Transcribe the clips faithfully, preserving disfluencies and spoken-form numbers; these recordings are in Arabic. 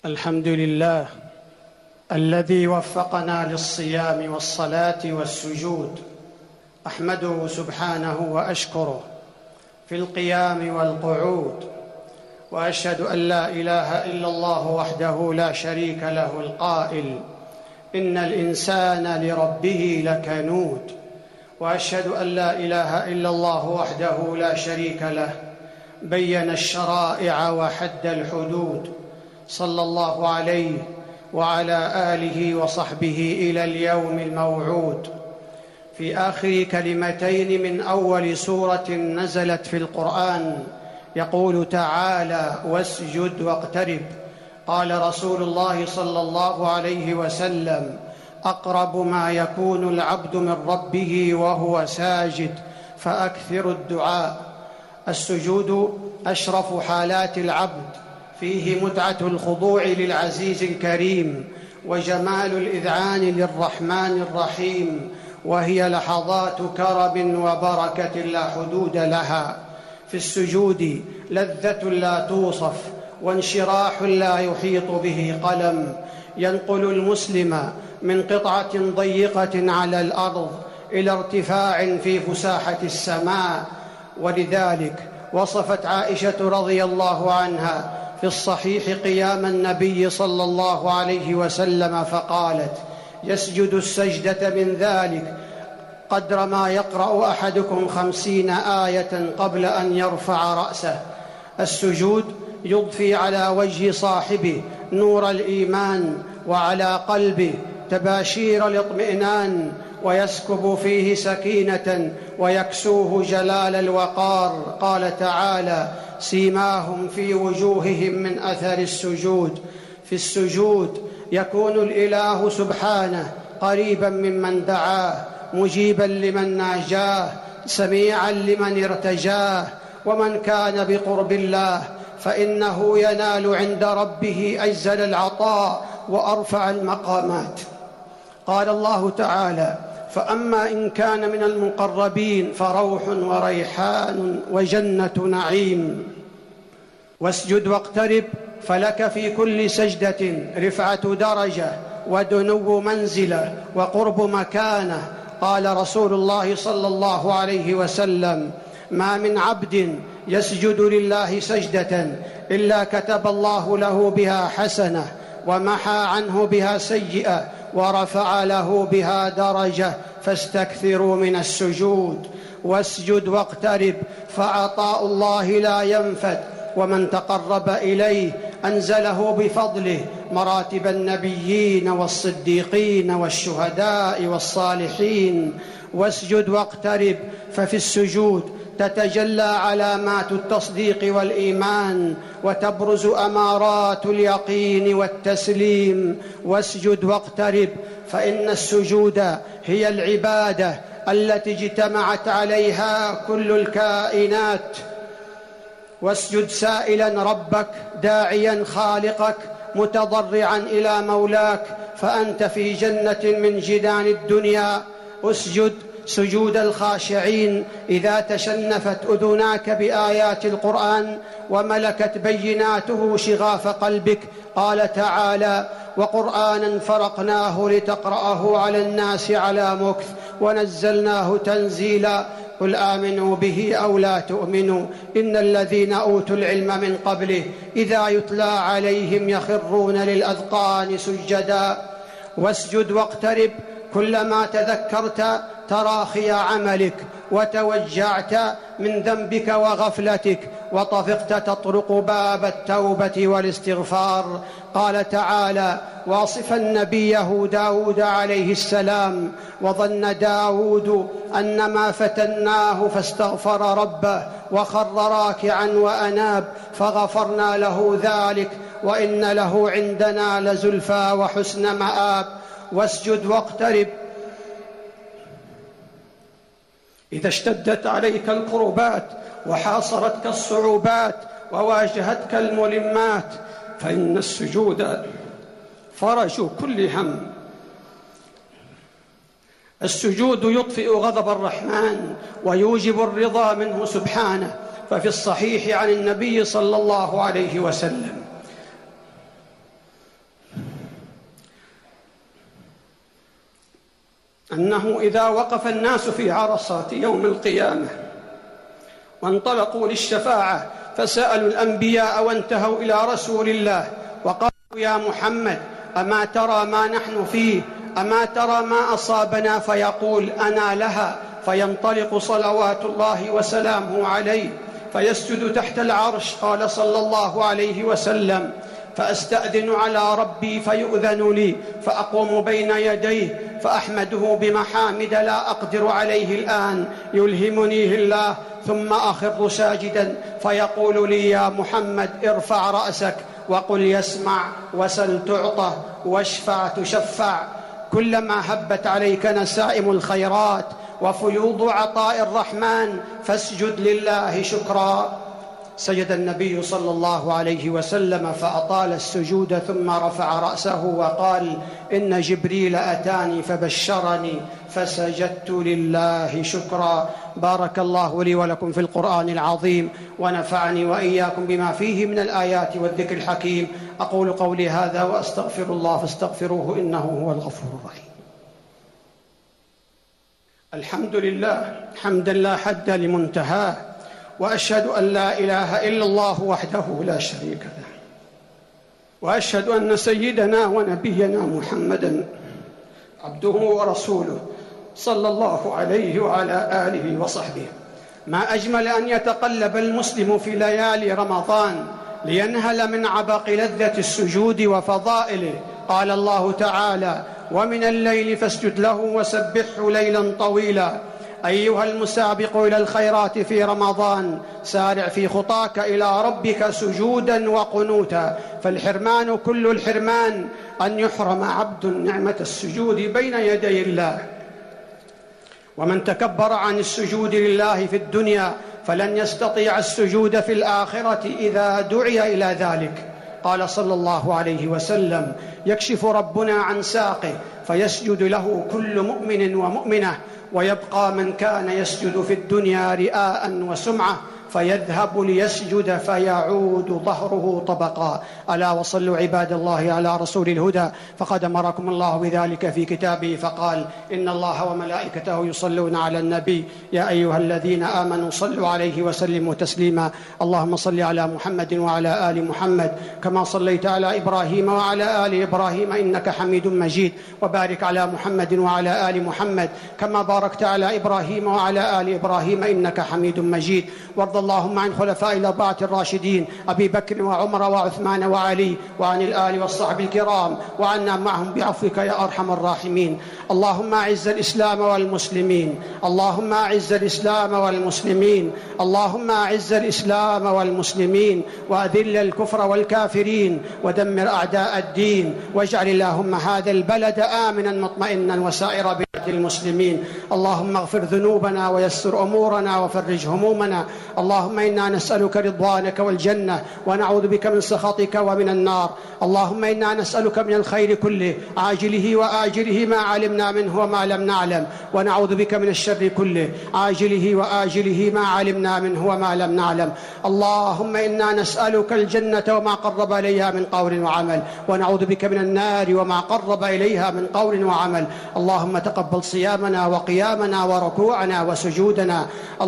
الحمد لله الذي وفقنا للصيام والصلاة والسجود، أحمده سبحانه وأشكره في القيام والقعود، وأشهد أن لا إله إلا الله وحده لا شريك له القائل إن الإنسان لربه لكنود، وأشهد أن لا إله إلا الله وحده لا شريك له بين الشرائع وحد الحدود، صلى الله عليه وعلى آله وصحبه إلى اليوم الموعود. في آخر كلمتين من أول سورة نزلت في القرآن يقول تعالى: واسجد واقترب. قال رسول الله صلى الله عليه وسلم: أقرب ما يكون العبد من ربه وهو ساجد فأكثر الدعاء. السجود أشرف حالات العبد، فيه متعة الخضوع للعزيز الكريم وجمال الإذعان للرحمن الرحيم، وهي لحظات كرم وبركة لا حدود لها. في السجود لذة لا توصف وانشراح لا يحيط به قلم، ينقل المسلم من قطعة ضيقة على الأرض إلى ارتفاع في فساحة السماء. ولذلك وصفت عائشة رضي الله عنها في الصحيح قيام النبي صلى الله عليه وسلم فقالت: يسجد السجدة من ذلك قدر ما يقرأ أحدكم خمسين آية قبل أن يرفع رأسه. السجود يضفي على وجه صاحبه نور الإيمان، وعلى قلبه تباشير الاطمئنان، ويسكب فيه سكينة ويكسوه جلال الوقار. قال تعالى: سيماهم في وجوههم من أثر السجود. في السجود يكون الإله سبحانه قريبا ممن دعاه، مجيبا لمن ناجاه، سميعا لمن ارتجاه. ومن كان بقرب الله فإنه ينال عند ربه أجزل العطاء وأرفع المقامات. قال الله تعالى: فأما إن كان من المقربين فروح وريحان وجنة نعيم. واسجد واقترب، فلك في كل سجدة رفعة درجة ودنو منزلة وقرب مكانة. قال رسول الله صلى الله عليه وسلم: ما من عبد يسجد لله سجدة إلا كتب الله له بها حسنة ومحى عنه بها سيئة ورفع له بها درجة، فاستكثروا من السجود. واسجد واقترب، فعطاء الله لا ينفد، ومن تقرب إليه أنزله بفضله مراتب النبيين والصديقين والشهداء والصالحين. واسجد واقترب، ففي السجود تتجلى علامات التصديق والإيمان، وتبرز أمارات اليقين والتسليم. واسجد واقترب، فإن السجود هي العبادة التي اجتمعت عليها كل الكائنات. واسجد سائلا ربك، داعيا خالقك، متضرعا إلى مولاك، فأنت في جنة من جنان الدنيا. اسجد سجود الخاشعين إذا تشنفت أذناك بآيات القرآن وملكت بيناته شغاف قلبك. قال تعالى: وقرآنا فرقناه لتقرأه على الناس على مكث ونزلناه تنزيلا. قل آمنوا به أو لا تؤمنوا إن الذين أوتوا العلم من قبله إذا يتلى عليهم يخرون للأذقان سجدا. واسجد واقترب، كلما تذكرت تراخي عملك وتوجعت من ذنبك وغفلتك وطفقت تطرق باب التوبة والاستغفار. قال تعالى واصفا نبيه داود عليه السلام: وظن داود أنما فتناه فاستغفر ربه وخر راكعا وأناب فغفرنا له ذلك وإن له عندنا لزلفى وحسن مآب. واسجد واقترب، إذا اشتدت عليك الكربات وحاصرتك الصعوبات وواجهتك الملمات فإن السجود فرج كل هم. السجود يطفئ غضب الرحمن ويوجب الرضا منه سبحانه. ففي الصحيح عن النبي صلى الله عليه وسلم أنه إذا وقف الناس في عرصات يوم القيامة وانطلقوا للشفاعة فسألوا الأنبياء وانتهوا إلى رسول الله وقالوا: يا محمد، أما ترى ما نحن فيه؟ أما ترى ما أصابنا؟ فيقول: أنا لها. فينطلق صلوات الله وسلامه عليه فيسجد تحت العرش. قال صلى الله عليه وسلم: فأستأذن على ربي فيؤذن لي، فأقوم بين يديه فأحمده بمحامد لا أقدر عليه الآن يلهمنيه الله، ثم أخر ساجدا فيقول لي: يا محمد، ارفع رأسك وقل يسمع، وسل تعطى، واشفع تشفع. كلما هبت عليك نسائم الخيرات وفيوض عطاء الرحمن فاسجد لله شكرا. سجد النبي صلى الله عليه وسلم فأطال السجود، ثم رفع رأسه وقال: إن جبريل أتاني فبشرني فسجدت لله شكرا. بارك الله لي ولكم في القرآن العظيم، ونفعني وإياكم بما فيه من الآيات والذكر الحكيم. أقول قولي هذا وأستغفر الله فاستغفروه إنه هو الغفور الرحيم. الحمد لله حمدا لا حد لمنتهاه، وأشهد أن لا إله إلا الله وحده لا شريك له، وأشهد أن سيدنا ونبينا محمدًا عبده ورسوله صلى الله عليه وعلى آله وصحبه. ما أجمل أن يتقلب المسلم في ليالي رمضان لينهل من عبق لذة السجود وفضائله. قال الله تعالى: ومن الليل فاسجد له وسبحه ليلا طويلا. أيها المسابق إلى الخيرات في رمضان، سارع في خطاك إلى ربك سجودا وقنوتا، فالحرمان كل الحرمان أن يحرم عبد نعمة السجود بين يدي الله. ومن تكبر عن السجود لله في الدنيا فلن يستطيع السجود في الآخرة إذا دعي إلى ذلك. قال صلى الله عليه وسلم: يكشف ربنا عن ساقه فيسجد له كل مؤمن ومؤمنة، ويبقى من كان يسجد في الدنيا رئاء وسمعة فيذهب ليسجد فيعود ظهره طبقا. ألا وصلوا عباد الله على رسول الهدى، فقد أمركم الله بذلك في كتابه فقال: إن الله وملائكته يصلون على النبي يا أيها الذين آمنوا صلوا عليه وسلموا تسليما. اللهم صل على محمد وعلى آل محمد كما صليت على إبراهيم وعلى آل إبراهيم إنك حميد مجيد، وبارك على محمد وعلى آل محمد كما باركت على إبراهيم وعلى آل إبراهيم إنك حميد مجيد. وارض اللهم عن خلفاء الأربعة الراشدين أبي بكر وعمر وعثمان وعلي، وعن الآل والصحب الكرام، وعنا معهم بعفوك يا أرحم الراحمين. اللهم أعز الإسلام والمسلمين، اللهم أعز الإسلام والمسلمين، اللهم أعز الإسلام والمسلمين، وأذل الكفر والكافرين، ودمر أعداء الدين، واجعل اللهم هذا البلد آمنا مطمئنا وسائر بلاد المسلمين. اللهم اغفر ذنوبنا ويسر أمورنا وفرج همومنا. اللهم إنا نسألك رضوانك والجنة، ونعوذ بك من سخطك ومن النار. اللهم إنا نسألك من الخير كله عاجله وآجله ما علمنا منه وما لم نعلم، ونعوذ بك من الشر كله عاجله وآجله ما علمنا منه وما لم نعلم. اللهم إنا نسألك الجنة وما قرب إليها من قول وعمل، ونعوذ بك من النار وما قرب إليها من قول وعمل. اللهم تقبل صيامنا وقيامنا وركوعنا وسجودنا.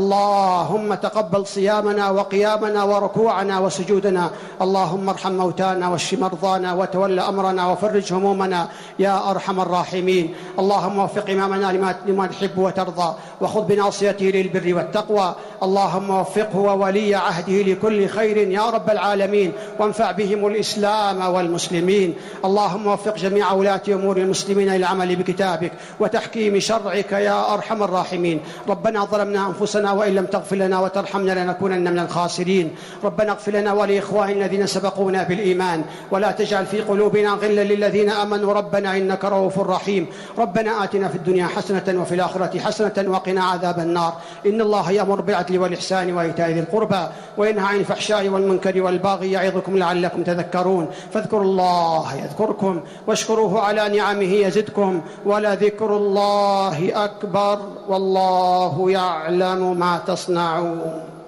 اللهم تقبل صيامنا وقيامنا وركوعنا وسجودنا. اللهم ارحم موتانا واشف مرضانا وتول أمرنا وفرج همومنا يا أرحم الراحمين. اللهم وفق إمامنا لما تحب وترضى، وخذ بناصيته للبر والتقوى. اللهم وفقه وولي عهده لكل خير يا رب العالمين، وانفع بهم الإسلام والمسلمين. اللهم وفق جميع ولاة أمور المسلمين للعمل بكتابك وتحكيم شرعك يا أرحم الراحمين. ربنا ظلمنا أنفسنا وإن لم تغفر لنا وترحمنا لنكونن من الخاسرين. ربنا اغفر لنا ولإخواننا الذين سبقونا بالإيمان، ولا تجعل في قلوبنا غلا للذين آمنوا ربنا إنك رؤوف رحيم. ربنا آتنا في الدنيا حسنة وفي الآخرة حسنة وقنا عذاب النار. إن الله يأمر بالعدل والإحسان وإيتاء ذي القربى وينهى عن الفحشاء والمنكر والبغي يعظكم لعلكم تذكرون. فاذكروا الله يذكركم واشكروه على نعمه يزدكم، ولذكر الله أكبر والله يعلم ما تصنعون.